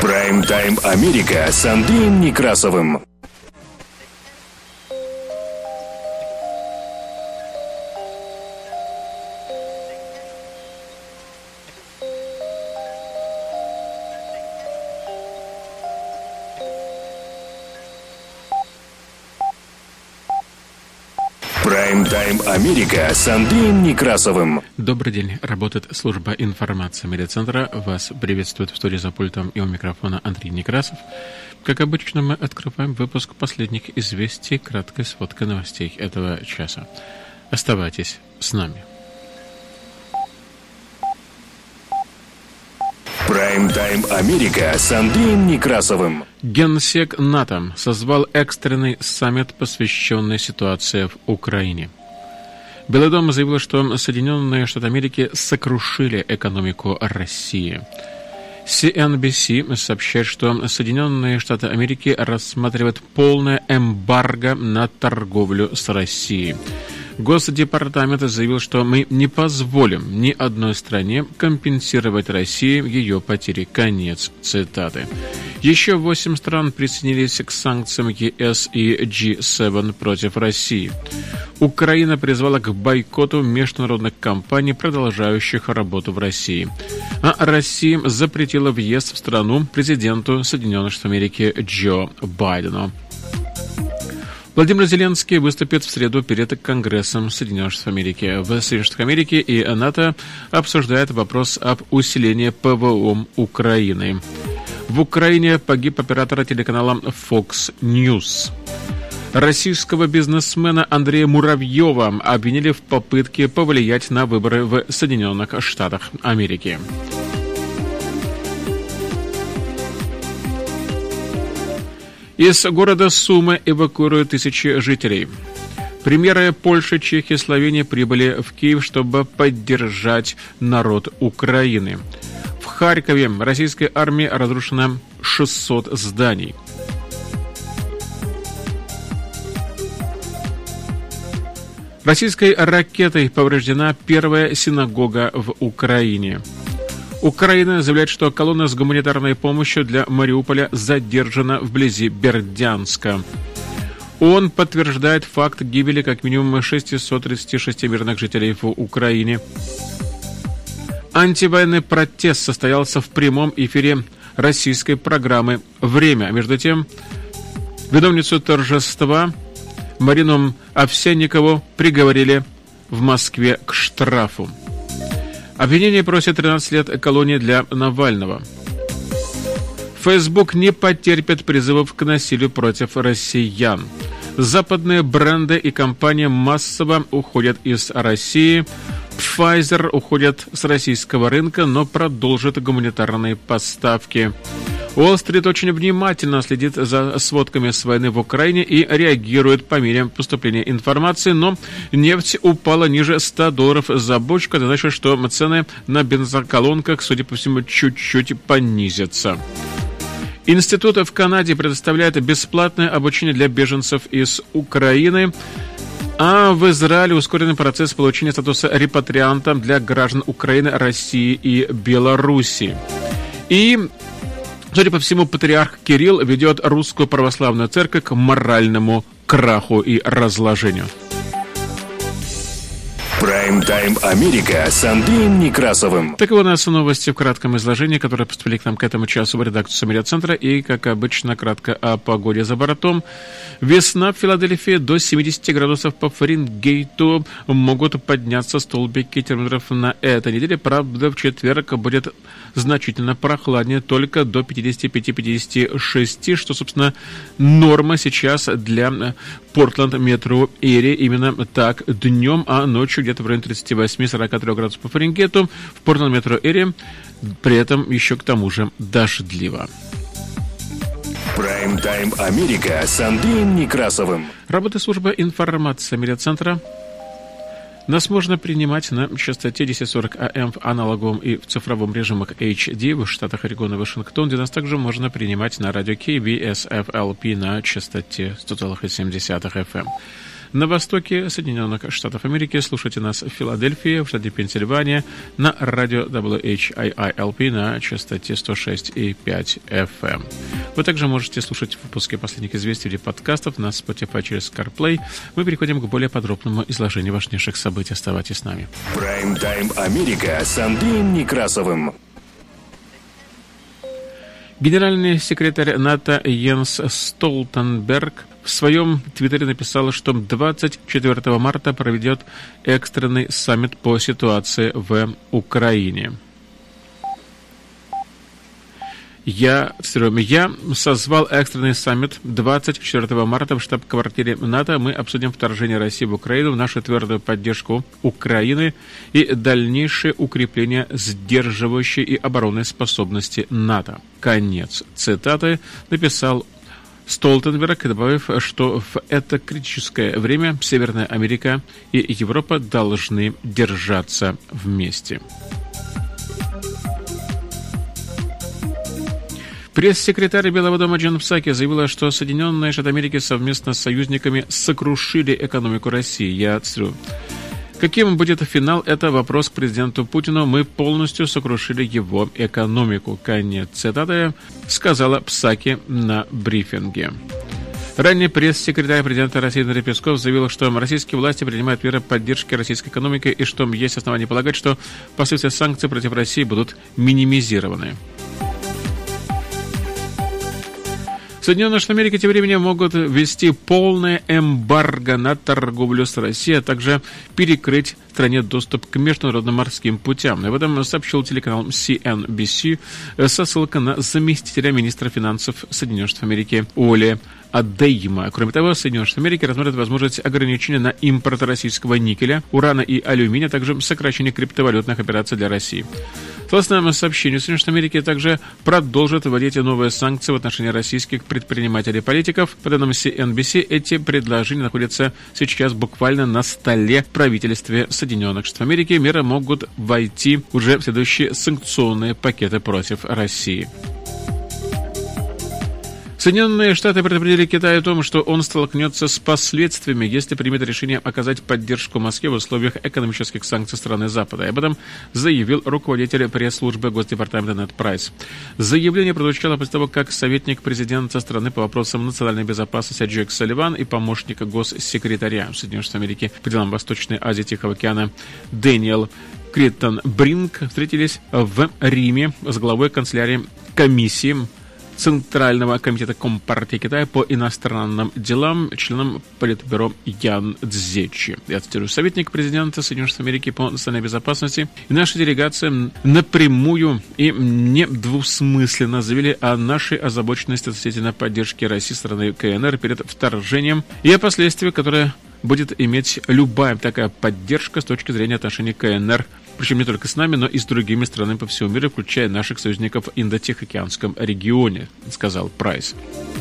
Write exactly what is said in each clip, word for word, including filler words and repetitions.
Прайм-тайм Америка с Андреем Некрасовым. Прайм-тайм Америка с Андреем Некрасовым. Добрый день. Работает служба информации медиацентра. Вас приветствует в студии за пультом и у микрофона Андрей Некрасов. Как обычно, мы открываем выпуск последних известий, краткой сводкой новостей этого часа. Оставайтесь с нами. Прайм-тайм Америка с Андреем Некрасовым. Генсек НАТО созвал экстренный саммит, посвященный ситуации в Украине. Белый дом заявил, что Соединенные Штаты Америки сокрушили экономику России. си эн би си сообщает, что Соединенные Штаты Америки рассматривают полное эмбарго на торговлю с Россией. Госдепартамент заявил, что мы не позволим ни одной стране компенсировать России ее потери. Конец цитаты. Еще восемь стран присоединились к санкциям е эс и джи семь против России. Украина призвала к бойкоту международных компаний, продолжающих работу в России. А Россия запретила въезд в страну президенту Соединенных Штатов Америки Джо Байдену. Владимир Зеленский выступит в среду перед Конгрессом Соединенных Штатов Америки. В Соединенных Штатах Америки и НАТО обсуждают вопрос об усилении ПВО Украины. В Украине погиб оператор телеканала Fox News. Российского бизнесмена Андрея Муравьева обвинили в попытке повлиять на выборы в Соединенных Штатах Америки. Из города Сумы эвакуируют тысячи жителей. Премьеры Польши, Чехии, Словении прибыли в Киев, чтобы поддержать народ Украины. В Харькове российской армией разрушено шестьсот зданий. Российской ракетой повреждена первая синагога в Украине. Украина заявляет, что колонна с гуманитарной помощью для Мариуполя задержана вблизи Бердянска. ООН подтверждает факт гибели как минимум шестисот тридцати шести мирных жителей в Украине. Антивоенный протест состоялся в прямом эфире российской программы «Время». Между тем, виновницу торжества Марину Овсянникову приговорили в Москве к штрафу. Обвинение просит тринадцать лет колонии для Навального. Facebook не потерпит призывов к насилию против россиян. Западные бренды и компании массово уходят из России. Pfizer уходит с российского рынка, но продолжит гуманитарные поставки. Уолл-стрит очень внимательно следит за сводками с войны в Украине и реагирует по мере поступления информации, но нефть упала ниже ста долларов за бочку. Это значит, что цены на бензоколонках, судя по всему, чуть-чуть понизятся. Институт в Канаде предоставляет бесплатное обучение для беженцев из Украины. А в Израиле ускоренный процесс получения статуса репатрианта для граждан Украины, России и Беларуси. И, судя по всему, патриарх Кирилл ведет русскую православную церковь к моральному краху и разложению. Прайм-тайм Америка с Андреем Некрасовым. Таковы у нас новости в кратком изложении, которые поступили к нам к этому часу в редакцию Медиацентра. И, как обычно, кратко о погоде за бортом. Весна в Филадельфии до семидесяти градусов по Фаренгейту. Могут подняться столбики термометров на этой неделе. Правда, в четверг будет значительно прохладнее, только до пятидесяти пяти — пятидесяти шести, что, собственно, норма сейчас для Портленд метро Эри. Именно так днем, а ночью где-то в районе тридцати восьми — сорока трёх градусов по Фаренгейту. В Портленд метро Эри при этом еще к тому же дождливо. Прайм-тайм Америка с Андреем Некрасовым. Работает служба информации Медиацентра. Нас можно принимать на частоте тысяча сорок АМ в аналоговом и в цифровом режимах эйч ди в штатах Орегон и Вашингтон, где нас также можно принимать на радио кей би эс эф эл пи на частоте сто целых семь десятых эф эм. На востоке Соединенных Штатов Америки слушайте нас в Филадельфии, в штате Пенсильвания, на радио дабл ю эйч ай ай эл пи на частоте сто шесть и пять эф эм. Вы также можете слушать выпуски последних известий или подкастов на Spotify через CarPlay. Мы переходим к более подробному изложению важнейших событий. Оставайтесь с нами. Прайм-тайм Америка с Андреем Некрасовым. Генеральный секретарь НАТО Йенс Столтенберг в своем твиттере написал, что двадцать четвёртого марта проведет экстренный саммит по ситуации в Украине. Я, я созвал экстренный саммит двадцать четвёртого марта в штаб-квартире НАТО. Мы обсудим вторжение России в Украину, нашу твердую поддержку Украины и дальнейшее укрепление сдерживающей и оборонной способности НАТО. Конец цитаты написал Столтенберг, добавив, что в это критическое время Северная Америка и Европа должны держаться вместе. Пресс-секретарь Белого дома Джен Псаки заявила, что Соединенные Штаты Америки совместно с союзниками сокрушили экономику России. Я цитирую. Каким будет финал, это вопрос к президенту Путину. Мы полностью сокрушили его экономику. Конец цитаты, сказала Псаки на брифинге. Ранее пресс-секретарь президента России Дмитрий Песков заявил, что российские власти принимают меры поддержки российской экономики и что есть основания полагать, что последствия санкций против России будут минимизированы. Соединенные Штаты Америки тем временем могут ввести полное эмбарго на торговлю с Россией, а также перекрыть стране доступ к международным морским путям. Об этом сообщил телеканал си эн би си со ссылкой на заместителя министра финансов Соединенных Штатов Америки Оли Адейма. Кроме того, Соединенные Штаты Америки рассмотрят возможность ограничения на импорт российского никеля, урана и алюминия, а также сокращение криптовалютных операций для России. Согласно сообщению, Соединенные Штаты Америки также продолжат вводить новые санкции в отношении российских предпринимателей и политиков. По данным си эн би си, эти предложения находятся сейчас буквально на столе в правительстве Соединенных Штатов Америки. Меры могут войти уже в следующие санкционные пакеты против России. Соединенные Штаты предупредили Китай о том, что он столкнется с последствиями, если примет решение оказать поддержку Москве в условиях экономических санкций страны Запада. И об этом заявил руководитель пресс-службы Госдепартамента Нед Прайс. Заявление прозвучало после того, как советник президента страны по вопросам национальной безопасности Джек Салливан и помощник госсекретаря Соединенных Штатов Америки по делам Восточной Азии и Тихого океана Дэниел Криттенбринг встретились в Риме с главой канцелярии комиссии Центрального комитета Компартии Китая по иностранным делам, членом Политбюро Ян Цзечи. Я цитирую: советник президента Соединенных Штатов Америки по национальной безопасности и наша делегация напрямую и недвусмысленно заявили о нашей озабоченности относительно поддержки России стороны КНР перед вторжением и о последствиях, которые будет иметь любая такая поддержка с точки зрения отношений КНР, причем не только с нами, но и с другими странами по всему миру, включая наших союзников в Индо-Тихоокеанском регионе, сказал Прайс.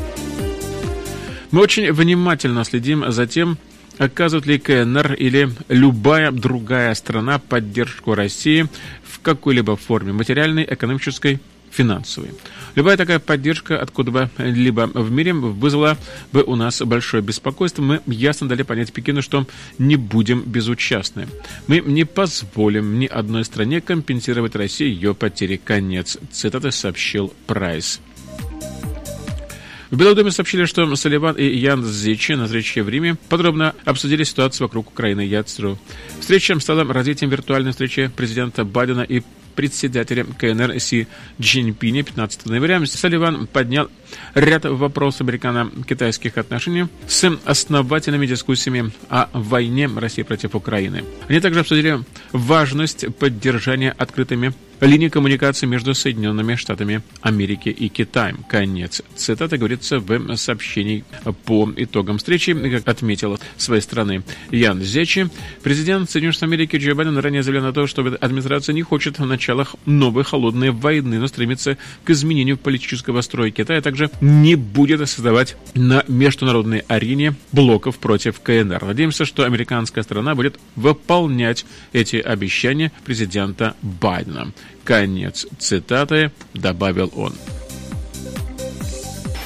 Мы очень внимательно следим за тем, оказывает ли КНР или любая другая страна поддержку России в какой-либо форме, материальной, экономической, финансовой. Любая такая поддержка откуда-либо в мире вызвала бы у нас большое беспокойство. Мы ясно дали понять Пекину, что не будем безучастны. Мы не позволим ни одной стране компенсировать России ее потери. Конец цитаты, сообщил Прайс. В Белом доме сообщили, что Салливан и Ян Цзечи на встрече в Риме подробно обсудили ситуацию вокруг Украины. Я цитирую: встреча стала развитием виртуальной встречи президента Байдена и председателя КНР Си Цзиньпиня пятнадцатого ноября. Салливан поднял ряд вопросов американо-китайских отношений с основательными дискуссиями о войне России против Украины. Они также обсудили важность поддержания открытыми линии коммуникации между Соединенными Штатами Америки и Китаем. Конец цитаты, говорится в сообщении по итогам встречи. Как отметил с своей стороны Ян Цзечи, президент Соединенных Штатов Америки Джо Байден ранее заявил на то, что администрация не хочет в началах новой холодной войны, но стремится к изменению политического строя Китая, а также не будет создавать на международной арене блоков против КНР. Надеемся, что американская сторона будет выполнять эти обещания президента Байдена. Конец цитаты, добавил он.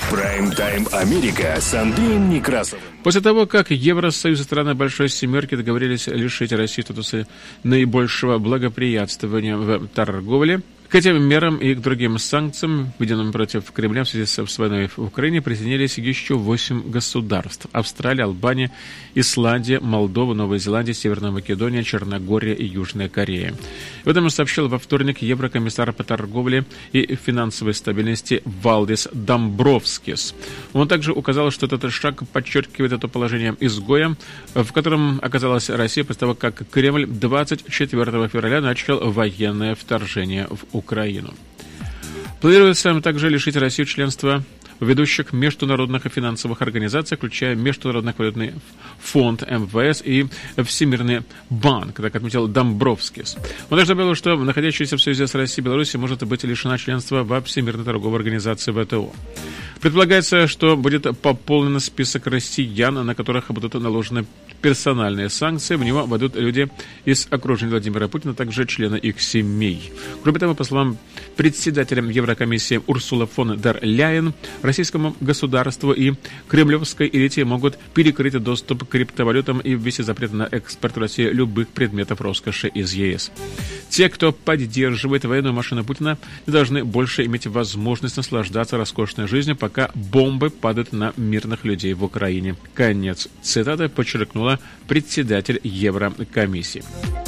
Прайм-тайм Америка с Андреем Некрасовым. После того, как Евросоюз и страны Большой Семерки договорились лишить России статуса наибольшего благоприятствования в торговле, к этим мерам и к другим санкциям, введенным против Кремля в связи с войной в Украине, присоединились еще восемь государств: Австралия, Албания, Исландия, Молдова, Новая Зеландия, Северная Македония, Черногория и Южная Корея. В этом сообщил во вторник еврокомиссар по торговле и финансовой стабильности Валдис Домбровскис. Он также указал, что этот шаг подчеркивает это положение изгоя, в котором оказалась Россия после того, как Кремль двадцать четвёртого февраля начал военное вторжение в Украину. Планируется также лишить Россию членства в ведущих международных и финансовых организациях, включая Международный валютный фонд эм вэ эс и Всемирный банк, так отметил Домбровскис. Он также добавил, что находящаяся в союзе с Россией Беларусь может быть лишена членства во Всемирной торговой организации вэ тэ о. Предполагается, что будет пополнен список россиян, на которых будут наложены персональные санкции. В него войдут люди из окружения Владимира Путина, а также члены их семей. Кроме того, по словам председателя Еврокомиссии Урсулы фон дер Ляйен, российскому государству и кремлевской элите могут перекрыть доступ к криптовалютам и ввести запрет на экспорт в Россию любых предметов роскоши из е эс. Те, кто поддерживает военную машину Путина, не должны больше иметь возможность наслаждаться роскошной жизнью, пока бомбы падают на мирных людей в Украине. Конец цитаты, подчеркнула председатель Еврокомиссии.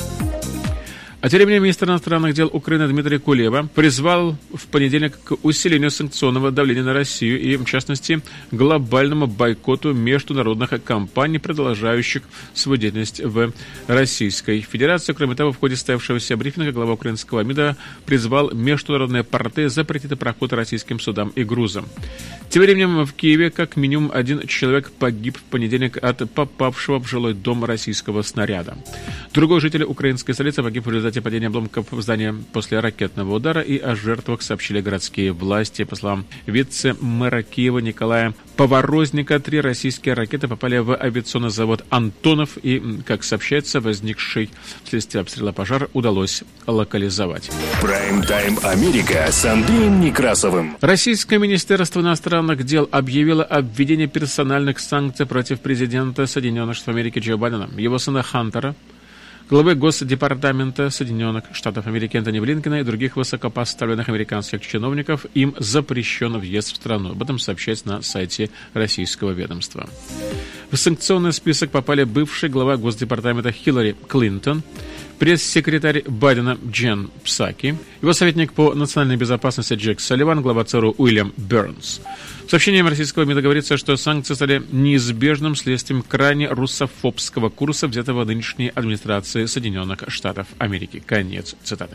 А тем временем министр иностранных дел Украины Дмитрий Кулеба призвал в понедельник к усилению санкционного давления на Россию и, в частности, глобальному бойкоту международных компаний, продолжающих свою деятельность в Российской Федерации. Кроме того, в ходе состоявшегося брифинга глава украинского МИДа призвал международные порты запретить проход российским судам и грузам. Тем временем в Киеве как минимум один человек погиб в понедельник от попавшего в жилой дом российского снаряда. Другой житель украинской столицы погиб в результате падения обломков в здание после ракетного удара, и о жертвах сообщили городские власти. По словам вице-мэра Киева Николая Поворозника, три российские ракеты попали в авиационный завод «Антонов», и, как сообщается, возникший вследствие обстрела пожар удалось локализовать. Прайм-тайм Америка с Андреем Некрасовым. Российское министерство иностранных дел объявило о введении персональных санкций против президента Соединенных Штатов Америки Джо Байдена, его сына Хантера, главы Госдепартамента Соединенных Штатов Америки Антони Блинкена и других высокопоставленных американских чиновников. Им запрещен въезд в страну. Об этом сообщается на сайте российского ведомства. В санкционный список попали бывший глава Госдепартамента Хиллари Клинтон, пресс-секретарь Байдена Джен Псаки, его советник по национальной безопасности Джек Салливан, глава ЦРУ Уильям Бернс. В сообщении российского МИДа говорится, что санкции стали неизбежным следствием крайне руссофобского курса, взятого нынешней администрацией Соединенных Штатов Америки. Конец цитаты.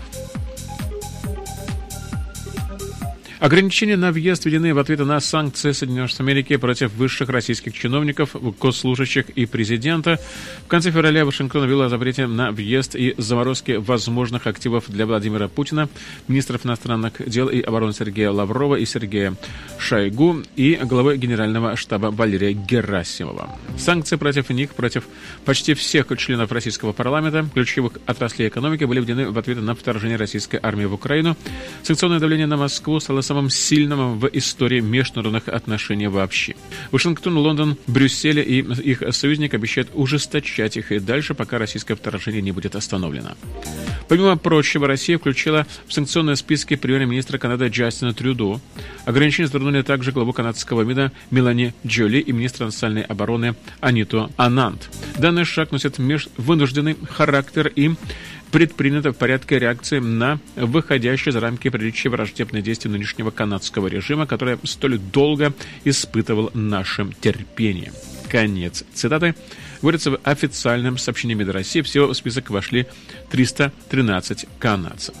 Ограничения на въезд введены в ответ на санкции Соединенных Штатов Америки против высших российских чиновников, госслужащих и президента. В конце февраля Вашингтон объявил о запрете на въезд и заморозке возможных активов для Владимира Путина, министров иностранных дел и обороны Сергея Лаврова и Сергея Шойгу и главы Генерального штаба Валерия Герасимова. Санкции против них, против почти всех членов российского парламента, ключевых отраслей экономики, были введены в ответ на вторжение российской армии в Украину. Санкционное давление на Москву стало самым сильным в истории международных отношений вообще. Вашингтон, Лондон, Брюссель и их союзники обещают ужесточать их и дальше, пока российское вторжение не будет остановлено. Помимо прочего, Россия включила в санкционные списки премьер-министра Канады Джастина Трюдо. Ограничения затронули также главу канадского МИДа Мелани Джоли и министра национальной обороны Аниту Ананд. Данный шаг носит вынужденный характер и предпринято в порядке реакции на выходящие за рамки приличия враждебные действия нынешнего канадского режима, который столь долго испытывал наше терпение. Конец цитаты. Говорится в официальном сообщении МИДа России. Всего в список вошли триста тринадцать канадцев.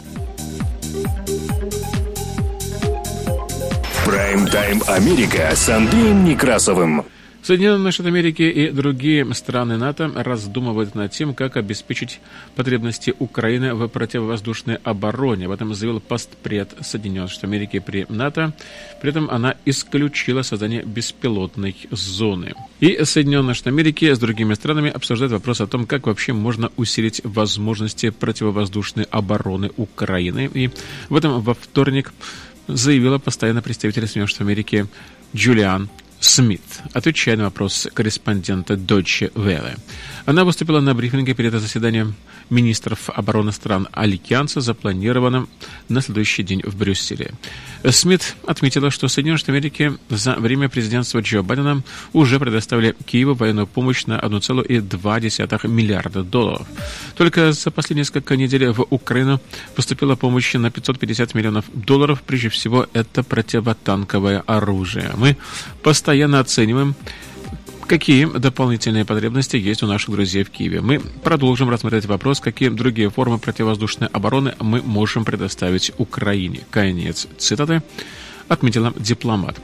Прайм-тайм Америка с Андреем Некрасовым. Соединенные Штаты Америки и другие страны НАТО раздумывают над тем, как обеспечить потребности Украины в противовоздушной обороне. Об этом заявил постпред Соединенных Штатов Америки при НАТО. При этом она исключила создание беспилотной зоны. И Соединенные Штаты Америки с другими странами обсуждают вопрос о том, как вообще можно усилить возможности противовоздушной обороны Украины. И в этом во вторник заявила постоянный представитель Соединенных Штатов Америки Джулиан Смит, отвечая на вопрос корреспондента Deutsche Welle. Она выступила на брифинге перед заседанием министров обороны стран Альянса, запланированным на следующий день в Брюсселе. Смит отметила, что Соединенные Штаты Америки за время президентства Джо Байдена уже предоставили Киеву военную помощь на один целых два десятых миллиарда долларов. Только за последние несколько недель в Украину поступила помощь на пятьсот пятьдесят миллионов долларов. Прежде всего, это противотанковое оружие. Мы постоянно оцениваем, какие дополнительные потребности есть у наших друзей в Киеве. Мы продолжим рассмотреть вопрос, какие другие формы противовоздушной обороны мы можем предоставить Украине. Конец цитаты, отметила дипломат.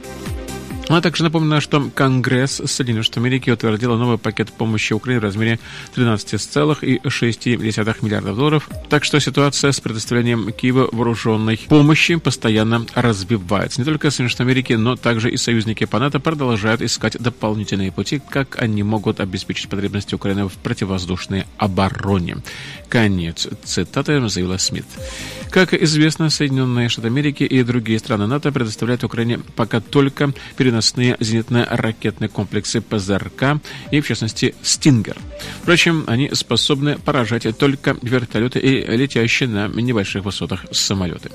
А также напомню, что Конгресс Соединенных Штатов Америки утвердил новый пакет помощи Украине в размере тринадцать целых шесть десятых миллиардов долларов. Так что ситуация с предоставлением Киева вооруженной помощи постоянно развивается. Не только Соединенные Штаты Америки, но также и союзники по НАТО продолжают искать дополнительные пути, как они могут обеспечить потребности Украины в противовоздушной обороне. Конец цитаты, заявила Смит. Как известно, Соединенные Штаты Америки и другие страны НАТО предоставляют Украине пока только переносные зенитно-ракетные комплексы ПЗРК и, в частности, «Стингер». Впрочем, они способны поражать только вертолеты и летящие на небольших высотах самолеты.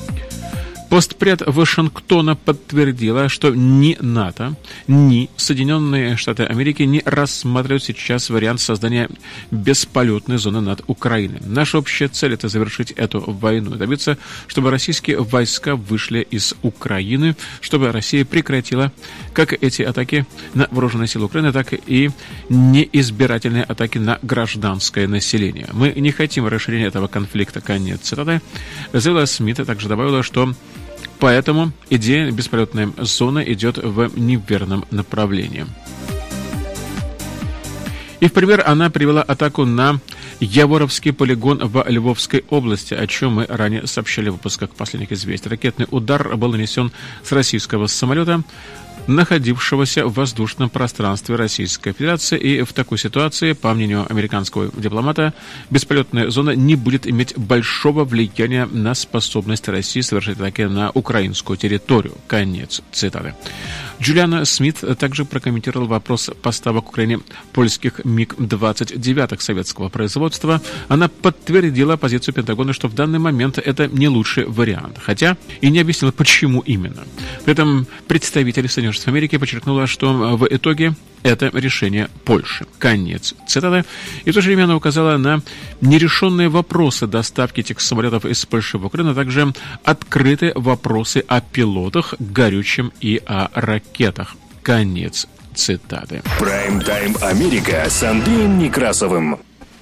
Постпред Вашингтона подтвердила, что ни НАТО, ни Соединенные Штаты Америки не рассматривают сейчас вариант создания бесполетной зоны над Украиной. Наша общая цель – это завершить эту войну и добиться, чтобы российские войска вышли из Украины, чтобы Россия прекратила как эти атаки на вооруженные силы Украины, так и неизбирательные атаки на гражданское население. Мы не хотим расширения этого конфликта. Конец цитаты. Заявила Смит, а также добавила, что поэтому идея бесполетной зоны идет в неверном направлении. И в пример она привела атаку на Яворовский полигон в Львовской области, о чем мы ранее сообщали в выпусках последних известий. Ракетный удар был нанесен с российского самолета, находившегося в воздушном пространстве Российской Федерации. И в такой ситуации, по мнению американского дипломата, бесполетная зона не будет иметь большого влияния на способность России совершить атаки на украинскую территорию. Конец цитаты. Джулиан Смит также прокомментировал вопрос поставок Украине польских МиГ двадцать девять советского производства. Она подтвердила позицию Пентагона, что в данный момент это не лучший вариант, хотя и не объяснила, почему именно. При этом представитель Соединенных Штатов Америки подчеркнула, что в итоге это решение Польши. Конец цитаты. И в то же время она указала на нерешенные вопросы доставки этих самолетов из Польши в Украину, а также открытые вопросы о пилотах, горючем и о ракетах. Конец цитаты. Прайм-тайм Америка с Андреем Некрасовым.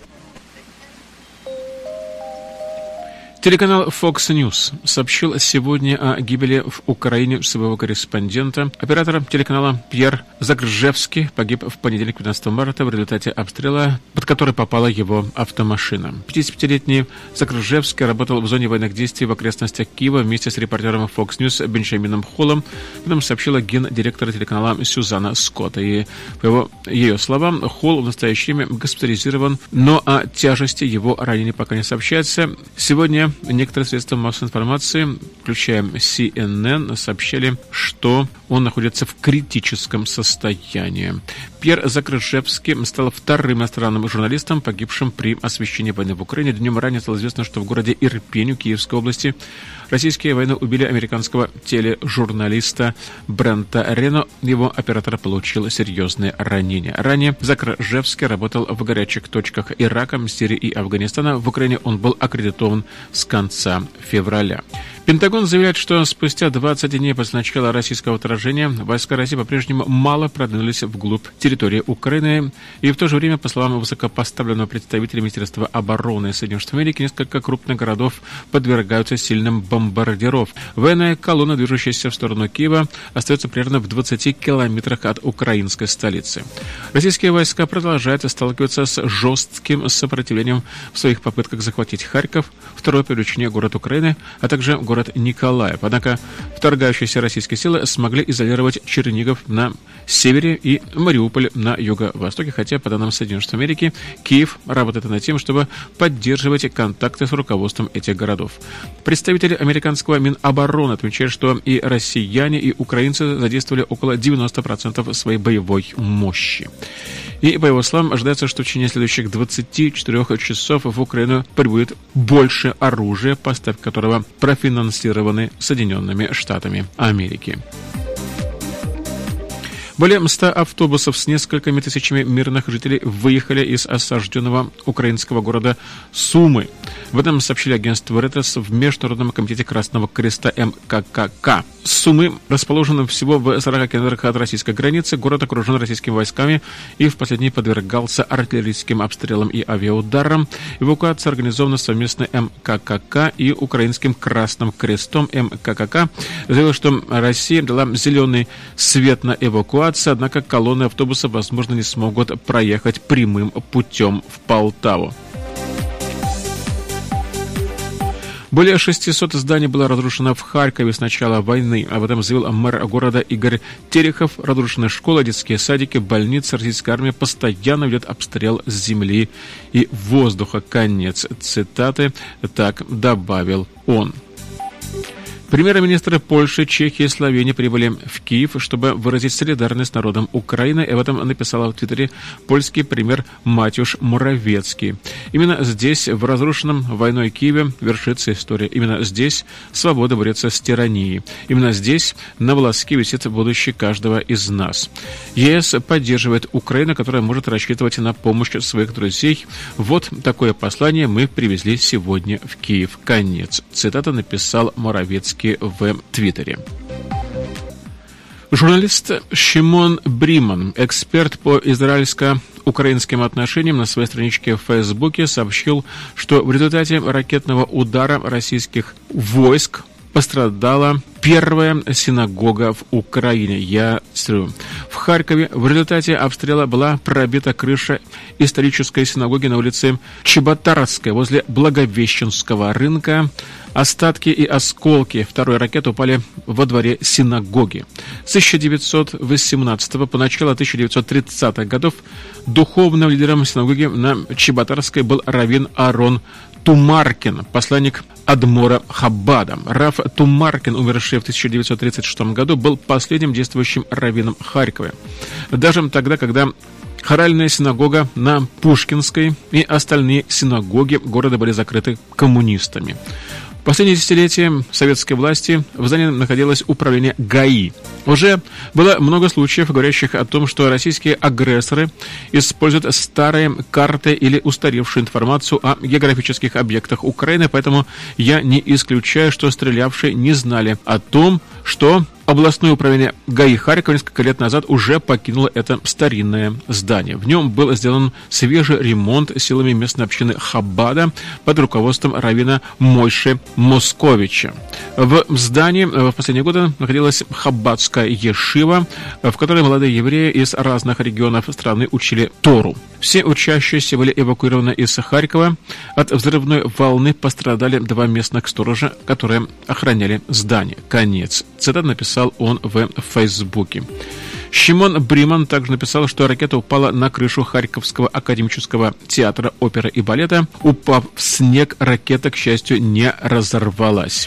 Телеканал Fox News сообщил сегодня о гибели в Украине своего корреспондента. Оператор телеканала Пьер Загржевский погиб в понедельник, пятнадцатого марта, в результате обстрела, под который попала его автомашина. пятидесятипятилетний Загржевский работал в зоне военных действий в окрестностях Киева вместе с репортером Fox News Бенджамином Холлом. Об этом сообщила гендиректор телеканала Сюзанна Скотт. И, по его, ее словам, Холл в настоящее время госпитализирован, но о тяжести его ранения пока не сообщается. Сегодня некоторые средства массовой информации, включая си эн эн, сообщали, что он находится в критическом состоянии. Пьер Загржевский стал вторым иностранным журналистом, погибшим при освещении войны в Украине. Днем ранее стало известно, что в городе Ирпень, Киевской области, российские военные убили американского тележурналиста Брента Рено. Его оператор получил серьезные ранения. Ранее Загржевский работал в горячих точках Ирака, Сирии и Афганистана. В Украине он был аккредитован с конца февраля. Пентагон заявляет, что спустя двадцать дней после начала российского вторжения войска России по-прежнему мало продвинулись вглубь территории Украины. И в то же время, по словам высокопоставленного представителя Министерства обороны Соединенных Штатов Америки, несколько крупных городов подвергаются сильным бомбардировкам. Военная колонна, движущаяся в сторону Киева, остается примерно в двадцати километрах от украинской столицы. Российские войска продолжают сталкиваться с жестким сопротивлением в своих попытках захватить Харьков, второй по величине город Украины, а также город город Николаев. Однако вторгающиеся российские силы смогли изолировать Чернигов на севере и Мариуполь на юго-востоке, хотя, по данным Соединенных Штатов Америки, Киев работает над тем, чтобы поддерживать контакты с руководством этих городов. Представитель американского Минобороны отмечает, что и россияне, и украинцы задействовали около девяноста процентов своей боевой мощи. И, по его словам, ожидается, что в течение следующих двадцати четырёх часов в Украину прибудет больше оружия, поставки которого профинансированы Соединенными Штатами Америки. Более ста автобусов с несколькими тысячами мирных жителей выехали из осажденного украинского города Сумы. В этом сообщили агентству Reuters в Международном комитете Красного Креста эм ка ка ка. Сумы расположены всего в сорока километрах от российской границы. Город окружен российскими войсками и в последний подвергался артиллерийским обстрелам и авиаударам. Эвакуация организована совместно эм ка ка ка и Украинским Красным Крестом. эм ка ка ка заявила, что Россия дала зеленый свет на эвакуацию, однако колонны автобусов, возможно, не смогут проехать прямым путем в Полтаву. Более шестисот зданий было разрушено в Харькове с начала войны. Об этом заявил мэр города Игорь Терехов. Разрушены школы, детские садики, больницы. Российская армия постоянно ведет обстрел с земли и воздуха. Конец цитаты. Так добавил он. Премьер-министры Польши, Чехии и Словении прибыли в Киев, чтобы выразить солидарность с народом Украины. И об этом написала в Твиттере польский премьер Матюш Моровецкий. Именно здесь, в разрушенном войной Киеве, вершится история. Именно здесь свобода борется с тиранией. Именно здесь на волоске висит будущее каждого из нас. ЕС поддерживает Украину, которая может рассчитывать на помощь своих друзей. Вот такое послание мы привезли сегодня в Киев. Конец. Цитата написал Моровецкий в Твиттере. Журналист Шимон Бриман, эксперт по израильско-украинским отношениям, на своей страничке в Фейсбуке сообщил, что в результате ракетного удара российских войск пострадала первая синагога в Украине. Я цитирую. В Харькове в результате обстрела была пробита крыша исторической синагоги на улице Чеботарской возле Благовещенского рынка. Остатки и осколки второй ракеты упали во дворе синагоги. С тысяча девятьсот восемнадцатого по начало тысяча девятьсот тридцатых годов духовным лидером синагоги на Чеботарской был раввин Аарон Тумаркин, посланник Адмора Хаббада. Рав Тумаркин, умерший в тысяча девятьсот тридцать шестом году, был последним действующим раввином Харькова. Даже тогда, когда хоральная синагога на Пушкинской и остальные синагоги города были закрыты коммунистами. В последние десятилетия советской власти в здании находилось управление ГАИ. Уже было много случаев, говорящих о том, что российские агрессоры используют старые карты или устаревшую информацию о географических объектах Украины, поэтому я не исключаю, что стрелявшие не знали о том, что областное управление ГАИ Харькова несколько лет назад уже покинуло это старинное здание. В нем был сделан свежий ремонт силами местной общины Хаббада под руководством раввина Мойши Московича. В здании в последние годы находилась Хаббадская ешива, в которой молодые евреи из разных регионов страны учили Тору. Все учащиеся были эвакуированы из Харькова. От взрывной волны пострадали два местных сторожа, которые охраняли здание. Конец. Цитата написал он в Фейсбуке. Шимон Бриман также написал, что ракета упала на крышу Харьковского академического театра оперы и балета. Упав в снег, ракета, к счастью, не разорвалась.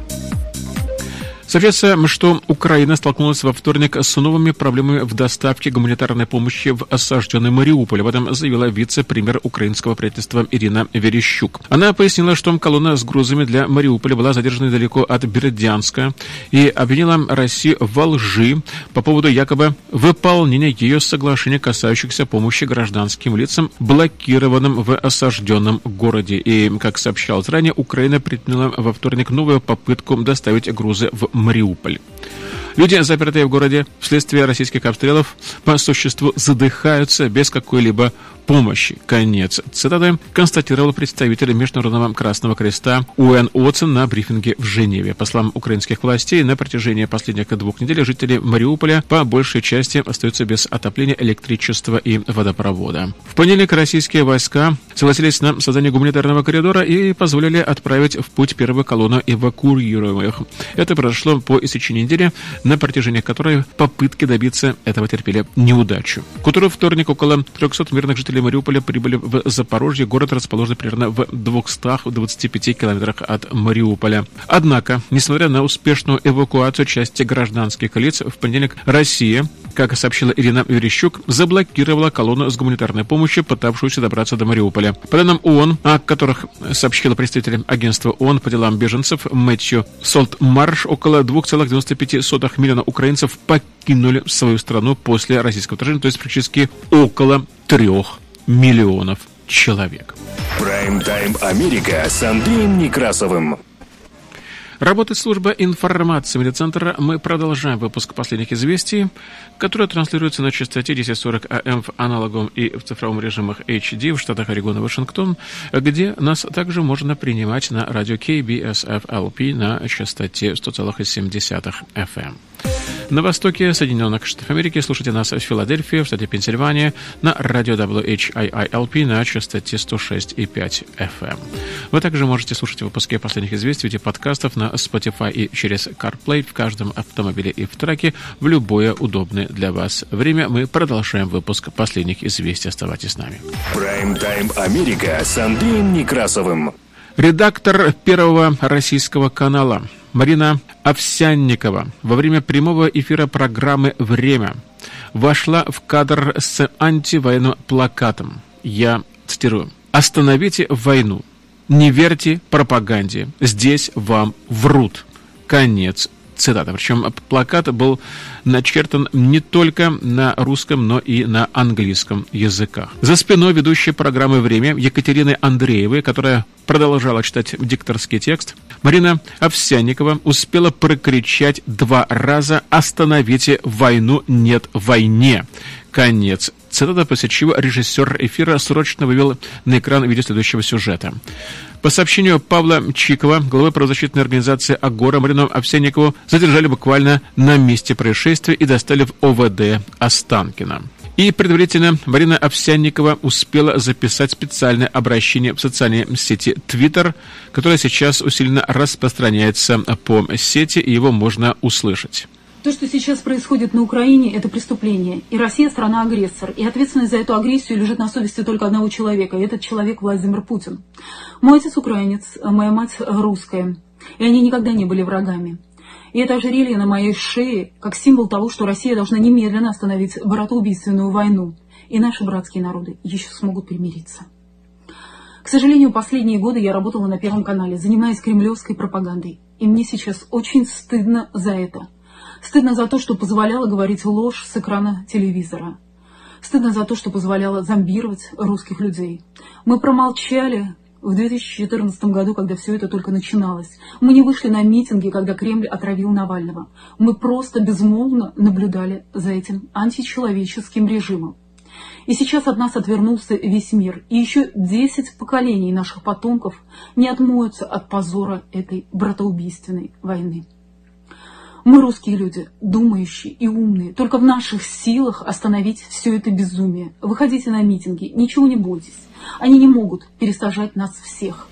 Сообщается, что Украина столкнулась во вторник с новыми проблемами в доставке гуманитарной помощи в осажденный Мариуполь. Об этом заявила вице-премьер украинского правительства Ирина Верещук. Она пояснила, что колонна с грузами для Мариуполя была задержана недалеко от Бердянска и обвинила Россию во лжи по поводу якобы выполнения ее соглашений, касающихся помощи гражданским лицам, блокированным в осажденном городе. И, как сообщалось ранее, Украина предприняла во вторник новую попытку доставить грузы в Мариуполь. Люди, запертые в городе вследствие российских обстрелов, по существу задыхаются без какой-либо помощи. Конец цитаты, констатировал представитель Международного Красного Креста Уэн Уотсон на брифинге в Женеве. По словам украинских властей, на протяжении последних двух недель жители Мариуполя по большей части остаются без отопления, электричества и водопровода. В понедельник российские войска согласились на создание гуманитарного коридора и позволили отправить в путь первую колонну эвакуируемых. Это произошло по истечении недели, на протяжении которой попытки добиться этого терпели неудачу. К утру вторник около трехсот мирных жителей Мариуполя прибыли в Запорожье. Город расположен примерно в двухстах двадцати пяти километрах от Мариуполя. Однако, несмотря на успешную эвакуацию части гражданских лиц, в понедельник Россия, как сообщила Ирина Верещук, заблокировала колонну с гуманитарной помощью, пытавшуюся добраться до Мариуполя. По данным ООН, о которых сообщила представитель агентства ООН по делам беженцев Мэтью Солтмарш, около двух целых девяноста пяти сотых миллиона украинцев покинули свою страну после российского вторжения, то есть практически около трех миллионов человек. Прайм-тайм Америка с Андреем Некрасовым. Работает служба информации медиацентра. Мы продолжаем выпуск последних известий, которые транслируются на частоте десять сорок АМ в аналоговом и в цифровом режимах эйч ди в штатах Орегон и Вашингтон, где нас также можно принимать на радио кей би эс эф эл пи на частоте сто целых семь десятых эф эм. На востоке Соединенных Штатов Америки слушайте нас в Филадельфии, в штате Пенсильвания, на радио дабл ю эйч ай ай эл пи на частоте сто шесть и пять эф эм. Вы также можете слушать выпуски последних известий в виде подкастов на Spotify и через CarPlay в каждом автомобиле и в траке в любое удобное для вас время. Мы продолжаем выпуск последних известий. Оставайтесь с нами. Прайм-тайм Америка с Андреем Некрасовым. Редактор Первого российского канала Марина Овсянникова во время прямого эфира программы «Время» вошла в кадр с антивоенным плакатом. Я цитирую: «Остановите войну. Не верьте пропаганде. Здесь вам врут». Конец цитаты. Причем плакат был начертан не только на русском, но и на английском языках. За спиной ведущей программы «Время» Екатерины Андреевой, которая продолжала читать дикторский текст, Марина Овсянникова успела прокричать два раза: «Остановите войну, нет войне». Конец цитата, после чего режиссер эфира срочно вывел на экран видео следующего сюжета. По сообщению Павла Чикова, главы правозащитной организации «Агора», Марину Овсянникову задержали буквально на месте происшествия и достали в о вэ дэ Останкино. И предварительно Марина Овсянникова успела записать специальное обращение в социальной сети Twitter, которое сейчас усиленно распространяется по сети, и его можно услышать. То, что сейчас происходит на Украине, это преступление. И Россия страна-агрессор. И ответственность за эту агрессию лежит на совести только одного человека. И этот человек Владимир Путин. Мой отец украинец, моя мать русская. И они никогда не были врагами. И это ожерелье на моей шее как символ того, что Россия должна немедленно остановить братоубийственную войну. И наши братские народы еще смогут примириться. К сожалению, последние годы я работала на Первом канале, занимаясь кремлевской пропагандой. И мне сейчас очень стыдно за это. Стыдно за то, что позволяла говорить ложь с экрана телевизора. Стыдно за то, что позволяла зомбировать русских людей. Мы промолчали в две тысячи четырнадцатом году, когда все это только начиналось. Мы не вышли на митинги, когда Кремль отравил Навального. Мы просто безмолвно наблюдали за этим античеловеческим режимом. И сейчас от нас отвернулся весь мир. И еще десять поколений наших потомков не отмоются от позора этой братоубийственной войны. Мы, русские люди, думающие и умные. Только в наших силах остановить все это безумие. Выходите на митинги, ничего не бойтесь. Они не могут пересажать нас всех.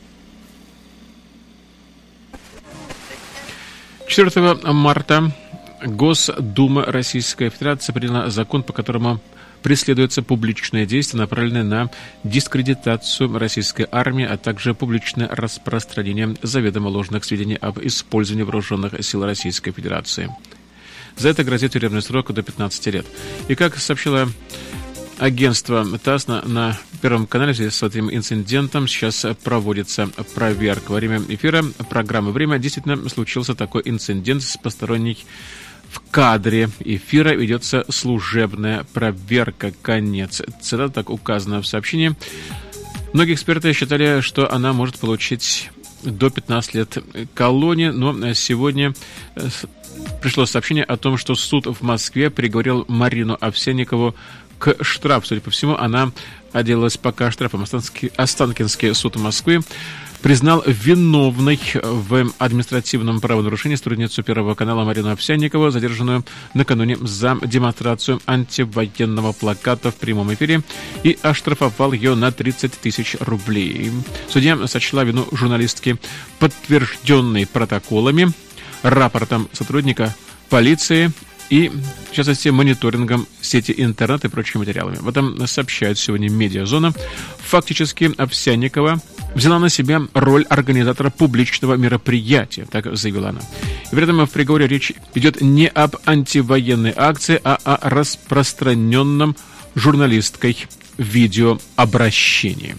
четвёртого марта Госдума Российской Федерации приняла закон, по которому преследуется публичное действие, направленное на дискредитацию российской армии, а также публичное распространение заведомо ложных сведений об использовании вооруженных сил Российской Федерации. За это грозит тюремный срок до пятнадцати лет. И как сообщило агентство ТАСС на, на Первом канале, в связи с этим инцидентом сейчас проводится проверка. Во время эфира программы «Время» действительно случился такой инцидент с посторонней. В кадре эфира ведется служебная проверка. Конец цитаты, так указано в сообщении. Многие эксперты считали, что она может получить до пятнадцати лет колонии, но сегодня пришло сообщение о том, что суд в Москве приговорил Марину Овсянникову к штрафу. Судя по всему, она отделалась пока штрафом. Останкинский суд Москвы признал виновной в административном правонарушении сотрудницу Первого канала Марину Овсянникову, задержанную накануне за демонстрацию антивоенного плаката в прямом эфире, и оштрафовал ее на тридцать тысяч рублей. Судья сочла вину журналистки подтвержденной протоколами, рапортом сотрудника полиции и, в частности, мониторингом сети интернет и прочими материалами. В этом сообщает сегодня «Медиазона». Фактически Овсянникова взяла на себя роль организатора публичного мероприятия, так заявила она. И при этом в приговоре речь идет не об антивоенной акции, а о распространенном журналисткой видеообращении.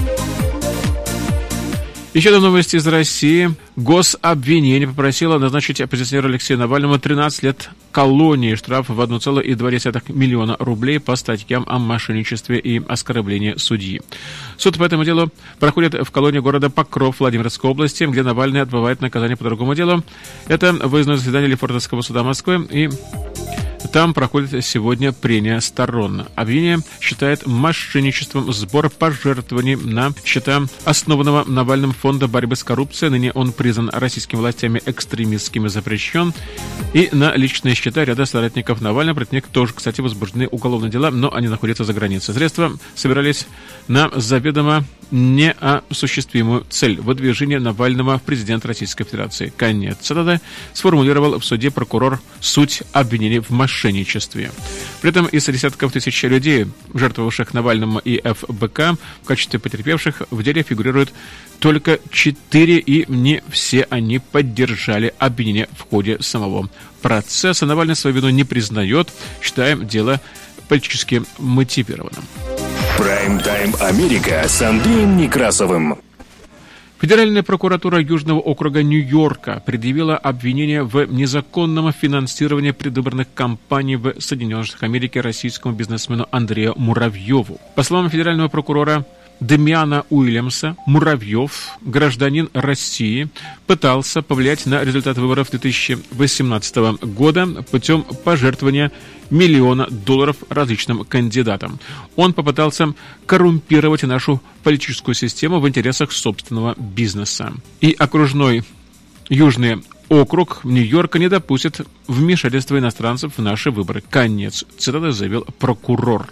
Еще одна новость из России. Гособвинение попросило назначить оппозиционеру Алексею Навальному тринадцать лет колонии, штраф в один целых две десятых миллиона рублей по статьям о мошенничестве и оскорблении судьи. Суд по этому делу проходит в колонии города Покров Владимирской области, где Навальный отбывает наказание по другому делу. Это выездное заседание Лефортовского суда Москвы, и там проходит сегодня прения сторон. Обвинение считает мошенничеством сбор пожертвований на счета основанного Навальным фонда борьбы с коррупцией. Ныне он признан российскими властями экстремистским и запрещен. И на личные счета ряда соратников Навального против них тоже, кстати, возбуждены уголовные дела, но они находятся за границей. Средства собирались на заведомо неосуществимую цель — выдвижение Навального в президент Российской Федерации. Конец цитаты сформулировал в суде прокурор суть обвинений в мошенничестве. При этом из десятков тысяч людей, жертвовавших Навальному и эф бэ ка, в качестве потерпевших в деле фигурируют только четыре, и не все они поддержали обвинение в ходе самого процесса. Навальный свою вину не признает, считаем дело политически мотивированным. Прайм-тайм Америка с Андреем Некрасовым. Федеральная прокуратура Южного округа Нью-Йорка предъявила обвинение в незаконном финансировании предвыборных кампаний в Соединенных Штатах Америки российскому бизнесмену Андрею Муравьеву. По словам федерального прокурора Демиана Уильямса, Муравьев, гражданин России, пытался повлиять на результат выборов две тысячи восемнадцатого года путем пожертвования миллиона долларов различным кандидатам. Он попытался коррумпировать нашу политическую систему в интересах собственного бизнеса. И окружной Южный округ Нью-Йорка не допустит вмешательства иностранцев в наши выборы. Конец цитаты, заявил прокурор.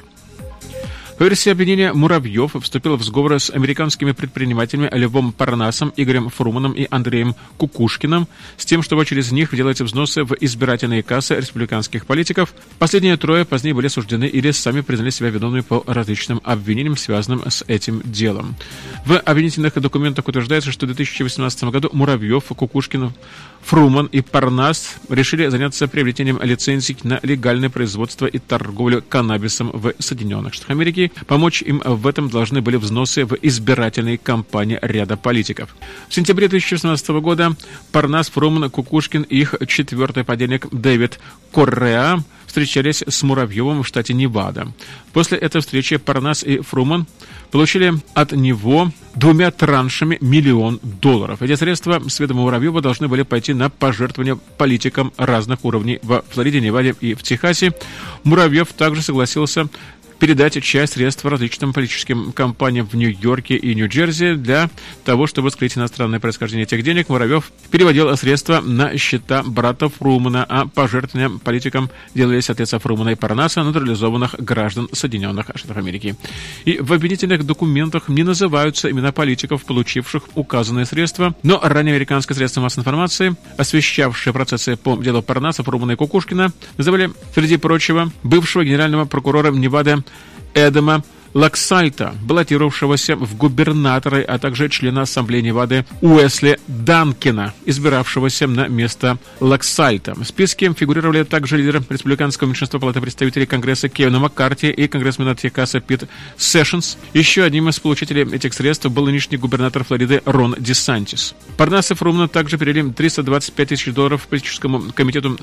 По версии обвинения, Муравьев вступил в сговор с американскими предпринимателями Львом Парнасом, Игорем Фруманом и Андреем Кукушкиным с тем, чтобы через них делать взносы в избирательные кассы республиканских политиков. Последние трое позднее были осуждены или сами признали себя виновными по различным обвинениям, связанным с этим делом. В обвинительных документах утверждается, что в две тысячи восемнадцатом году Муравьев, Кукушкин, Фруман и Парнас решили заняться приобретением лицензий на легальное производство и торговлю каннабисом в Соединенных Штатах Америки. Помочь им в этом должны были взносы в избирательные кампании ряда политиков. В сентябре две тысячи восемнадцатого года Парнас, Фруман, Кукушкин и их четвертый подельник Дэвид Корреа встречались с Муравьевым в штате Невада. После этой встречи Парнас и Фруман получили от него двумя траншами миллион долларов. Эти средства, с ведома Муравьева, должны были пойти на пожертвования политикам разных уровней во Флориде, Неваде и в Техасе. Муравьев также согласился передать часть средств различным политическим компаниям в Нью-Йорке и Нью-Джерси. Для того, чтобы скрыть иностранное происхождение этих денег, Муравьев переводил средства на счета брата Фрумана, а пожертвования политикам делались от лица Фрумана и Парнаса, натурализованных граждан Соединенных Штатов Америки. И в обвинительных документах не называются имена политиков, получивших указанные средства, но ранее американское средство массовой информации, освещавшее процессы по делу Парнаса, Фрумана и Кукушкина, называли, среди прочего, бывшего генерального прокурора Невады Эдама Лаксальта, баллотировавшегося в губернаторы, а также члена Ассамблеи Невады Уэсли Данкина, избиравшегося на место Лаксальта. В списке фигурировали также лидеры республиканского меньшинства Палаты представителей Конгресса Кевин Маккарти и конгрессмен Техаса Пит Сэшенс. Еще одним из получателей этих средств был нынешний губернатор Флориды Рон Десантис. Парнас и Фруман также перевели триста двадцать пять тысяч долларов политическому комитету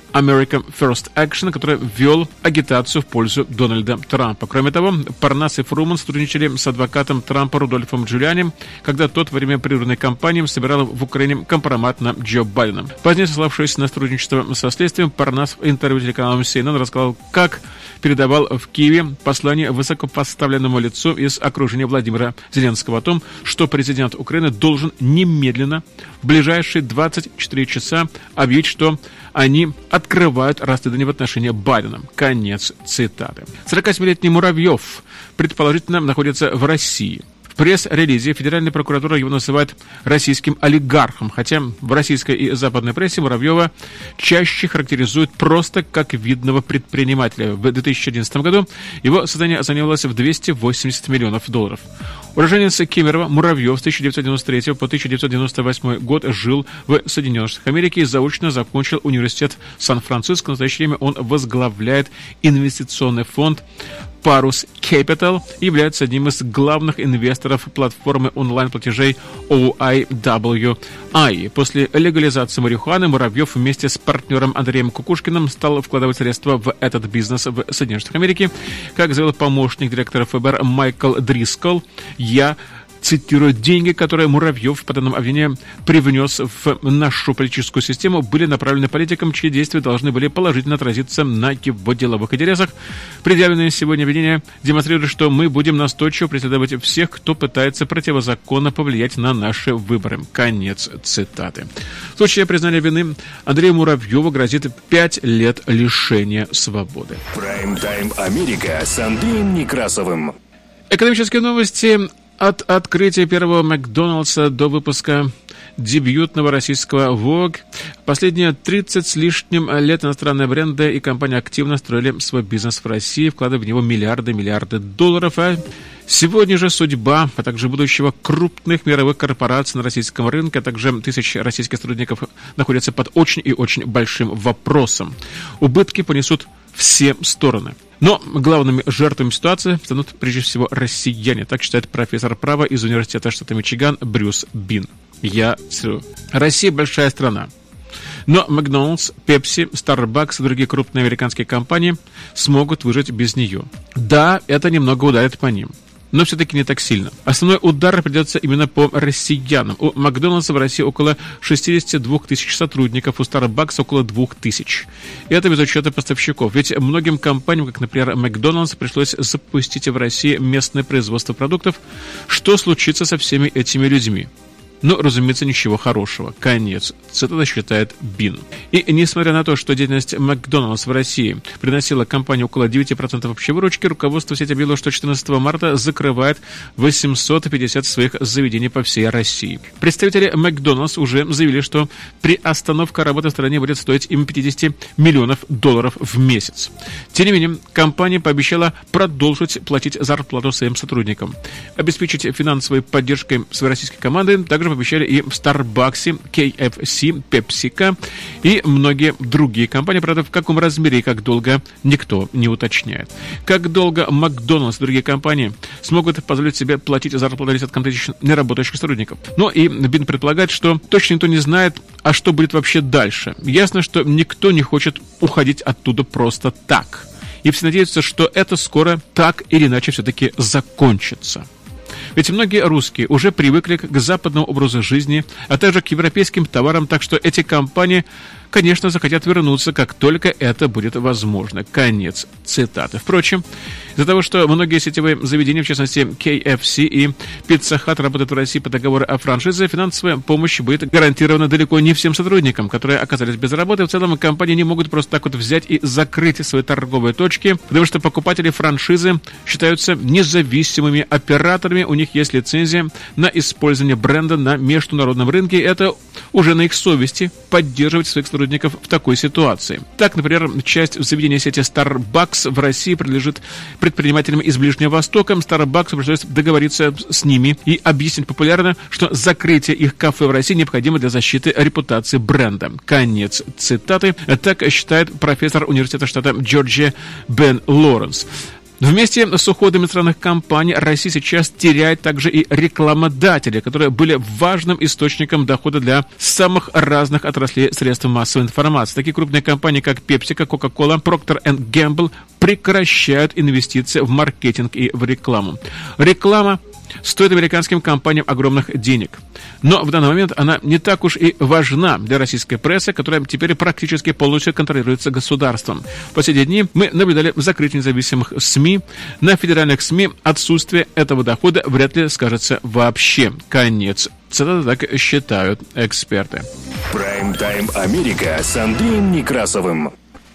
America First Action, который вел агитацию в пользу Дональда Трампа. Кроме того, Парнас и Фруман сотрудничали с адвокатом Трампа Рудольфом Джулиани, когда тот во время прерванной кампании собирал в Украине компромат на Джо Байдена. Позднее, сославшись на сотрудничество со следствием, Парнас в интервью телеканалу си эн эн рассказал, как передавал в Киеве послание высокопоставленному лицу из окружения Владимира Зеленского о том, что президент Украины должен немедленно в ближайшие двадцать четыре часа объявить, что они открывают расследование в отношении Байдена. Конец цитаты. сорокасемилетний Муравьев предположительно находится в России. В пресс-релизе Федеральная прокуратура его называет российским олигархом, хотя в российской и западной прессе Муравьева чаще характеризуют просто как видного предпринимателя. В две тысячи одиннадцатом году его состояние оценивалось в двести восемьдесят миллионов долларов. Уроженец Кемерово Муравьев с тысяча девятьсот девяносто третьего по тысяча девятьсот девяносто восьмой год жил в Соединенных Штатах Америки и заочно закончил университет Сан-Франциско. В настоящее время он возглавляет инвестиционный фонд Parus Capital и является одним из главных инвесторов платформы онлайн-платежей о ай дабл ю ай. После легализации марихуаны Муравьев вместе с партнером Андреем Кукушкиным стал вкладывать средства в этот бизнес в Соединенных Штатах Америки. Как заявил помощник директора эф бэ эр Майкл Дрискол, я цитирую, деньги, которые Муравьев, по данным обвинения, привнес в нашу политическую систему, были направлены политикам, чьи действия должны были положительно отразиться на его деловых интересах. Предъявленные сегодня обвинения демонстрируют, что мы будем настойчиво преследовать всех, кто пытается противозаконно повлиять на наши выборы. Конец цитаты. В случае признания вины Андрею Муравьеву грозит пять лет лишения свободы. Прайм-тайм Америка с Андреем Некрасовым. Экономические новости. От открытия первого Макдоналдса до выпуска дебютного российского Vogue. Последние тридцать с лишним лет иностранные бренды и компании активно строили свой бизнес в России, вкладывая в него миллиарды-миллиарды долларов. А сегодня же судьба, а также будущего крупных мировых корпораций на российском рынке, а также тысяч российских сотрудников находятся под очень и очень большим вопросом. Убытки понесут все стороны. Но главными жертвами ситуации станут прежде всего россияне, так считает профессор права из университета штата Мичиган Брюс Бин. Я цитирую. Россия большая страна. Но Макдоналдс, Пепси, Starbucks и другие крупные американские компании смогут выжить без нее. Да, это немного ударит по ним, но все-таки не так сильно. Основной удар придется именно по россиянам. У Макдональдса в России около шестьдесят два тысяч сотрудников, у Starbucks около две тысячи. И это без учета поставщиков. Ведь многим компаниям, как, например, Макдональдс, пришлось запустить в России местное производство продуктов. Что случится со всеми этими людьми? Ну, разумеется, ничего хорошего. Конец цитаты, считает Бин. И несмотря на то, что деятельность Макдоналдс в России приносила компании около девять процентов общей выручки, руководство сети объявило, что четырнадцатого марта закрывает восемьсот пятьдесят своих заведений по всей России. Представители Макдоналдс уже заявили, что приостановка работы в стране будет стоить им пятьдесят миллионов долларов в месяц. Тем не менее, компания пообещала продолжить платить зарплату своим сотрудникам, обеспечить финансовой поддержкой своей российской команды. Также пообещали и в Starbucks, кей эф си, PepsiCo и многие другие компании. Правда, в каком размере и как долго никто не уточняет. Как долго Макдоналдс и другие компании смогут позволить себе платить зарплату десяткам тысяч неработающих сотрудников. Но и Бин предполагает, что точно никто не знает, а что будет вообще дальше. Ясно, что никто не хочет уходить оттуда просто так. И все надеются, что это скоро так или иначе все-таки закончится. Ведь многие русские уже привыкли к западному образу жизни, а также к европейским товарам, так что эти компании, конечно, захотят вернуться, как только это будет возможно. Конец цитаты. Впрочем, из-за того, что многие сетевые заведения, в частности кей эф си и Pizza Hut, работают в России по договору о франшизе, финансовая помощь будет гарантирована далеко не всем сотрудникам, которые оказались без работы. В целом, компании не могут просто так вот взять и закрыть свои торговые точки, потому что покупатели франшизы считаются независимыми операторами, у них есть лицензия на использование бренда на международном рынке. Это уже на их совести поддерживать своих сотрудников в такой ситуации. Так, например, часть заведения сети Starbucks в России принадлежит предпринимателям из Ближнего Востока. Starbucks пришлось договориться с ними и объяснить популярно, что закрытие их кафе в России необходимо для защиты репутации бренда. Конец цитаты. Так считает профессор университета штата Джорджия Бен Лоренс. Вместе с уходом иностранных компаний Россия сейчас теряет также и рекламодатели, которые были важным источником дохода для самых разных отраслей средств массовой информации. Такие крупные компании, как PepsiCo, Coca-Cola, Procter энд Gamble прекращают инвестиции в маркетинг и в рекламу. Реклама стоит американским компаниям огромных денег. Но в данный момент она не так уж и важна для российской прессы, которая теперь практически полностью контролируется государством. В последние дни мы наблюдали закрытие независимых СМИ. На федеральных СМИ отсутствие этого дохода вряд ли скажется вообще. Конец. Это так считают эксперты. Прайм-тайм Америка с Андреем Некрасовым.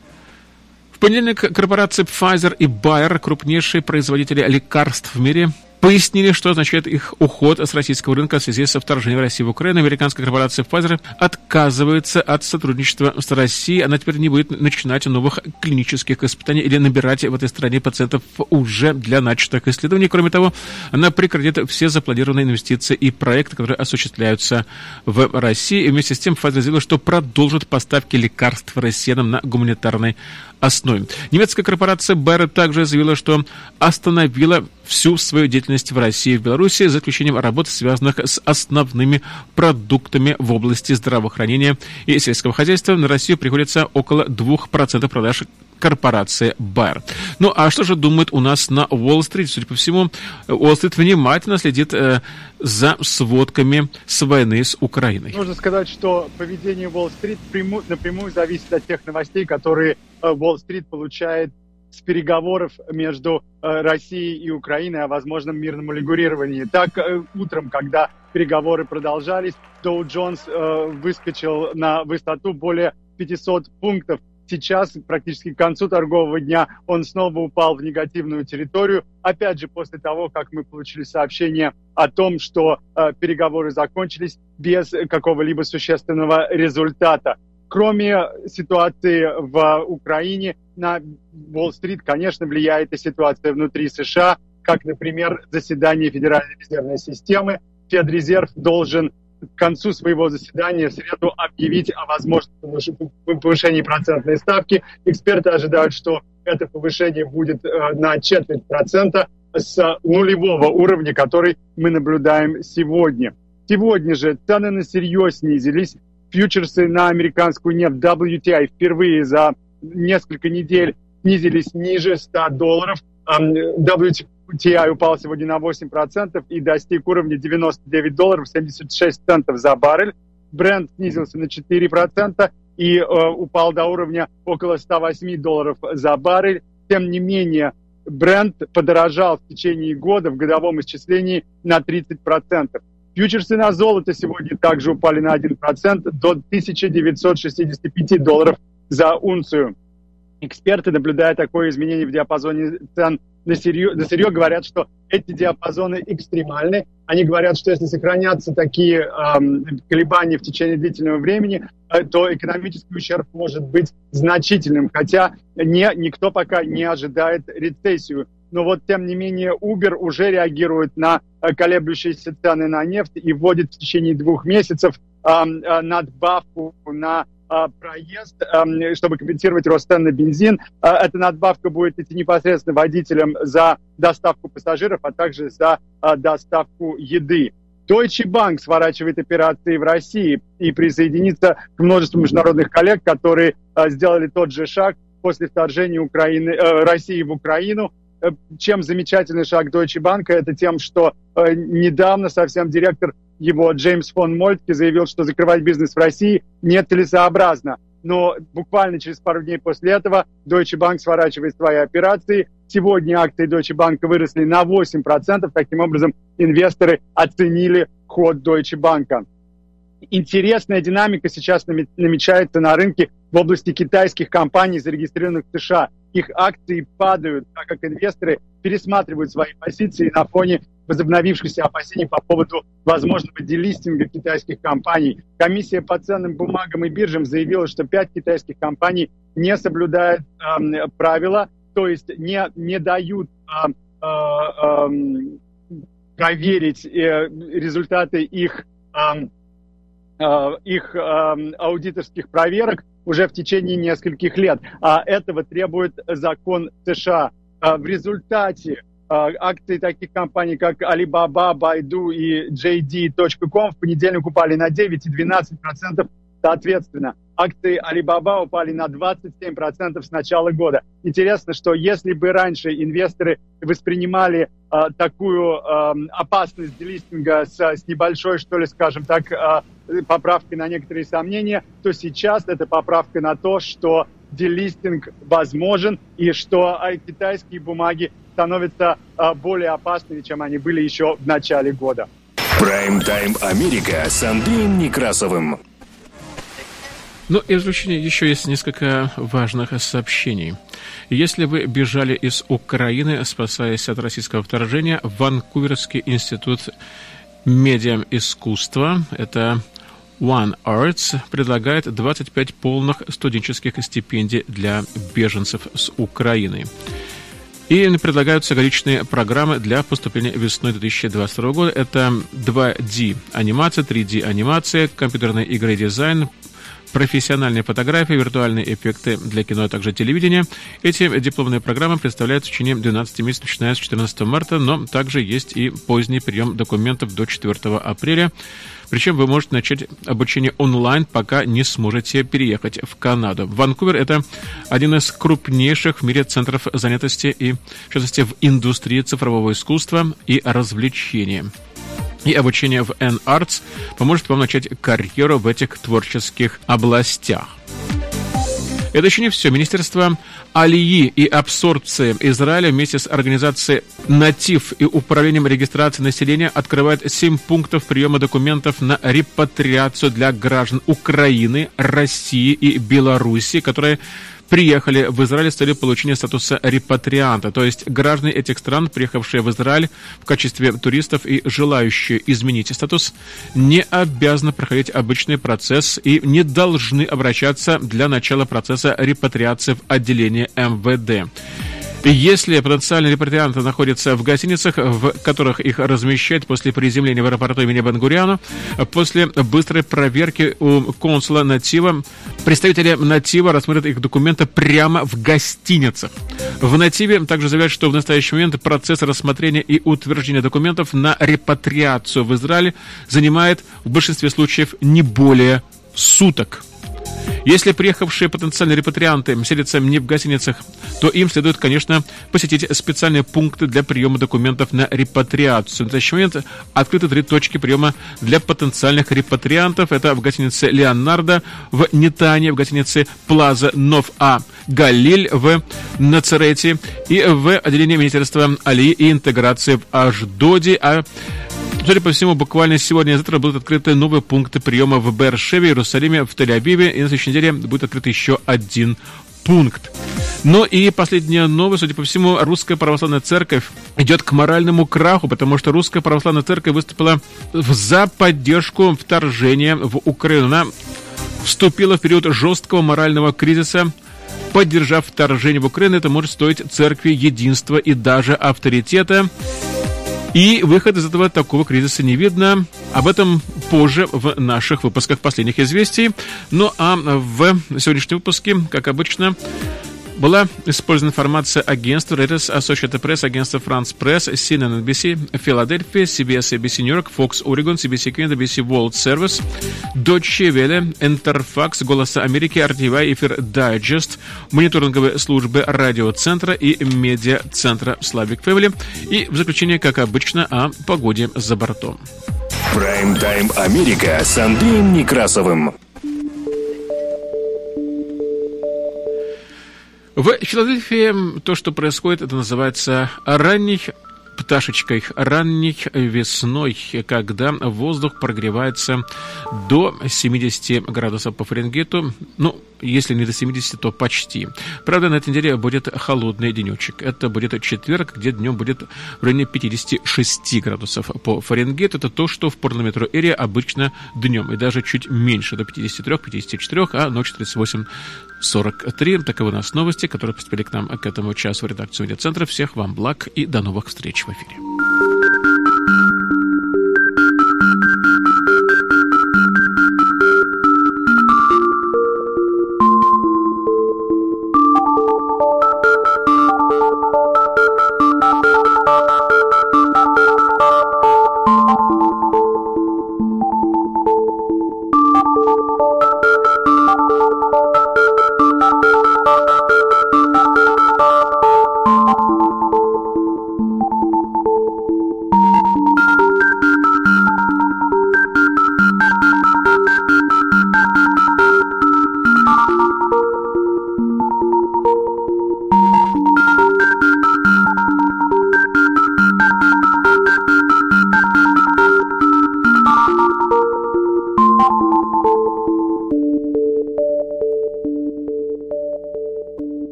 В понедельник корпорации Pfizer и Bayer, крупнейшие производители лекарств в мире, пояснили, что означает их уход с российского рынка в связи со вторжением России в Украину. Американская корпорация Pfizer отказывается от сотрудничества с Россией. Она теперь не будет начинать новых клинических испытаний или набирать в этой стране пациентов уже для начатых исследований. Кроме того, она прекратит все запланированные инвестиции и проекты, которые осуществляются в России. И вместе с тем Pfizer заявила, что продолжит поставки лекарств россиянам на гуманитарной основе. Немецкая корпорация Bayer также заявила, что остановила всю свою деятельность в России и в Беларуси, за исключением работ, связанных с основными продуктами в области здравоохранения и сельского хозяйства. На Россию приходится около двух процентов продаж корпорации Bayer. Ну, а что же думают у нас на Уолл-стрит? Судя по всему, Уолл-стрит внимательно следит э, за сводками с войны с Украиной. Нужно сказать, что поведение Уолл-стрит пряму, напрямую зависит от тех новостей, которые э, Уолл-стрит получает с переговоров между э, Россией и Украиной о возможном мирном урегулировании. Так, э, утром, когда переговоры продолжались, Доу Джонс э, выскочил на высоту более пятисот пунктов. Сейчас, практически к концу торгового дня, он снова упал в негативную территорию. Опять же, после того, как мы получили сообщение о том, что э, переговоры закончились без какого-либо существенного результата. Кроме ситуации в Украине, на Уолл-стрит, конечно, влияет и ситуация внутри США, как, например, заседание Федеральной резервной системы. Федрезерв должен к концу своего заседания в среду объявить о возможном повышении процентной ставки. Эксперты ожидают, что это повышение будет на четверть процента с нулевого уровня, который мы наблюдаем сегодня. Сегодня же цены на сырье снизились. Фьючерсы на американскую нефть дабл ю ти ай впервые за несколько недель снизились ниже ста долларов. дабл ю ти ай упал сегодня на восемь процентов и достиг уровня девяносто девять долларов семьдесят шесть центов за баррель. Brent снизился на четыре процента и э, упал до уровня около ста восьми долларов за баррель. Тем не менее, Brent подорожал в течение года в годовом исчислении на тридцать процентов. Фьючерсы на золото сегодня также упали на один процент до тысячи девятисот шестидесяти пяти долларов за унцию. Эксперты, наблюдая такое изменение в диапазоне цен на сырье, на сырье, говорят, что эти диапазоны экстремальны. Они говорят, что если сохранятся такие эм, колебания в течение длительного времени, э, то экономический ущерб может быть значительным, хотя не, никто пока не ожидает рецессию. Но вот, тем не менее, Uber уже реагирует на э, колеблющиеся цены на нефть и вводит в течение двух месяцев э, э, надбавку на э, проезд, э, чтобы компенсировать рост цен на бензин. Э, эта надбавка будет идти непосредственно водителям за доставку пассажиров, а также за э, доставку еды. Deutsche Bank сворачивает операции в России и присоединится к множеству международных коллег, которые э, сделали тот же шаг после вторжения Украины, э, России в Украину. Чем замечательный шаг Deutsche Bank, это тем, что э, недавно совсем директор его Джеймс фон Мольтке заявил, что закрывать бизнес в России нецелесообразно. Но буквально через пару дней после этого Deutsche Bank сворачивает свои операции. Сегодня акции Deutsche Bank выросли на восемь процентов. Таким образом, инвесторы оценили ход Deutsche Bank. Интересная динамика сейчас намечается на рынке в области китайских компаний, зарегистрированных в США. Их акции падают, так как инвесторы пересматривают свои позиции на фоне возобновившихся опасений по поводу возможного делистинга китайских компаний. Комиссия по ценным бумагам и биржам заявила, что пять китайских компаний не соблюдают э, правила, то есть не, не дают э, э, э, проверить э, результаты их э, их э, аудиторских проверок уже в течение нескольких лет. А этого требует закон США. В результате акции таких компаний, как Alibaba, Baidu и джей ди точка ком в понедельник упали на девять и двенадцать процентов соответственно. Акции Alibaba упали на двадцать семь процентов с начала года. Интересно, что если бы раньше инвесторы воспринимали э, такую э, опасность делистинга с, с небольшой, что ли, скажем так, э, поправкой на некоторые сомнения, то сейчас это поправка на то, что делистинг возможен и что э, китайские бумаги становятся э, более опасными, чем они были еще в начале года. Прайм-тайм Америка с Андреем Некрасовым. Ну и в заключение еще есть несколько важных сообщений. Если вы бежали из Украины, спасаясь от российского вторжения, Ванкуверский институт медиа-искусства, это One Arts, предлагает двадцать пять полных студенческих стипендий для беженцев с Украины. И предлагаются различные программы для поступления весной две тысячи двадцать второго года. Это два дэ анимация, три дэ анимация, компьютерные игры и дизайн, профессиональные фотографии, виртуальные эффекты для кино, а также телевидения. Эти дипломные программы представляют в течение двенадцати месяцев, начиная с четырнадцатого марта, но также есть и поздний прием документов до четвёртого апреля. Причем вы можете начать обучение онлайн, пока не сможете переехать в Канаду. Ванкувер – это один из крупнейших в мире центров занятости и, в частности, в индустрии цифрового искусства и развлечения. И обучение в One Arts поможет вам начать карьеру в этих творческих областях. Это еще не все. Министерство Алии и абсорбции Израиля вместе с организацией «Натив» и Управлением регистрации населения открывает семь пунктов приема документов на репатриацию для граждан Украины, России и Беларуси, которые приехали в Израиль с целью получения статуса репатрианта, то есть граждане этих стран, приехавшие в Израиль в качестве туристов и желающие изменить статус, не обязаны проходить обычный процесс и не должны обращаться для начала процесса репатриации в отделение эм вэ дэ. Если потенциальные репатрианты находятся в гостиницах, в которых их размещают после приземления в аэропорту имени Бен-Гуриона, после быстрой проверки у консула Натива, представители Натива рассмотрят их документы прямо в гостиницах. В Нативе также заявляют, что в настоящий момент процесс рассмотрения и утверждения документов на репатриацию в Израиле занимает в большинстве случаев не более суток. Если приехавшие потенциальные репатрианты селятся не в гостиницах, то им следует, конечно, посетить специальные пункты для приема документов на репатриацию. В настоящий момент открыты три точки приема для потенциальных репатриантов. Это в гостинице «Леонардо», в Нетане, в гостинице «Плаза Нов А Галиль» в Нацарете и в отделении Министерства Алии и интеграции в Ашдоде. А судя по всему, буквально сегодня и завтра будут открыты новые пункты приема в Беэр-Шеве, Иерусалиме, в Тель-Авиве. И на следующей неделе будет открыт еще один пункт. Ну и последняя новость. Судя по всему, Русская Православная Церковь идет к моральному краху, потому что Русская Православная Церковь выступила за поддержку вторжения в Украину. Она вступила в период жесткого морального кризиса. Поддержав вторжение в Украину, это может стоить церкви единства и даже авторитета. И выход из этого такого кризиса не видно. Об этом позже в наших выпусках последних известий. Ну а в сегодняшнем выпуске, как обычно, была использована информация агентства Reuters, Associated Press, агентства France Press, си эн эн эн би си, Филадельфия, си би эс эй би си Нью-Йорк, Fox Oregon, си би си Canada, би би си World Service, Deutsche Welle, Интерфакс, Голоса Америки, ар ти ви, Эфир Дайджест, мониторинговые службы радиоцентра и медиацентра Slavic Family. И в заключение, как обычно, о погоде за бортом. Прайм-тайм Америка с Андреем Некрасовым. В Филадельфии то, что происходит, это называется ранней пташечкой, ранней весной, когда воздух прогревается до семидесяти градусов по Фаренгейту. Ну, если не до семидесяти, то почти. Правда, на этой неделе будет холодный денечек. Это будет четверг, где днем будет в районе пятидесяти шести градусов по Фаренгейту. Это то, что в Порт-Метро-Эре обычно днем. И даже чуть меньше, до пятидесяти трёх — пятидесяти четырёх, а ночью тридцать восемь — сорок три. Таковы у нас новости, которые поступили к нам к этому часу в редакцию медиацентра. Всех вам благ и до новых встреч в эфире.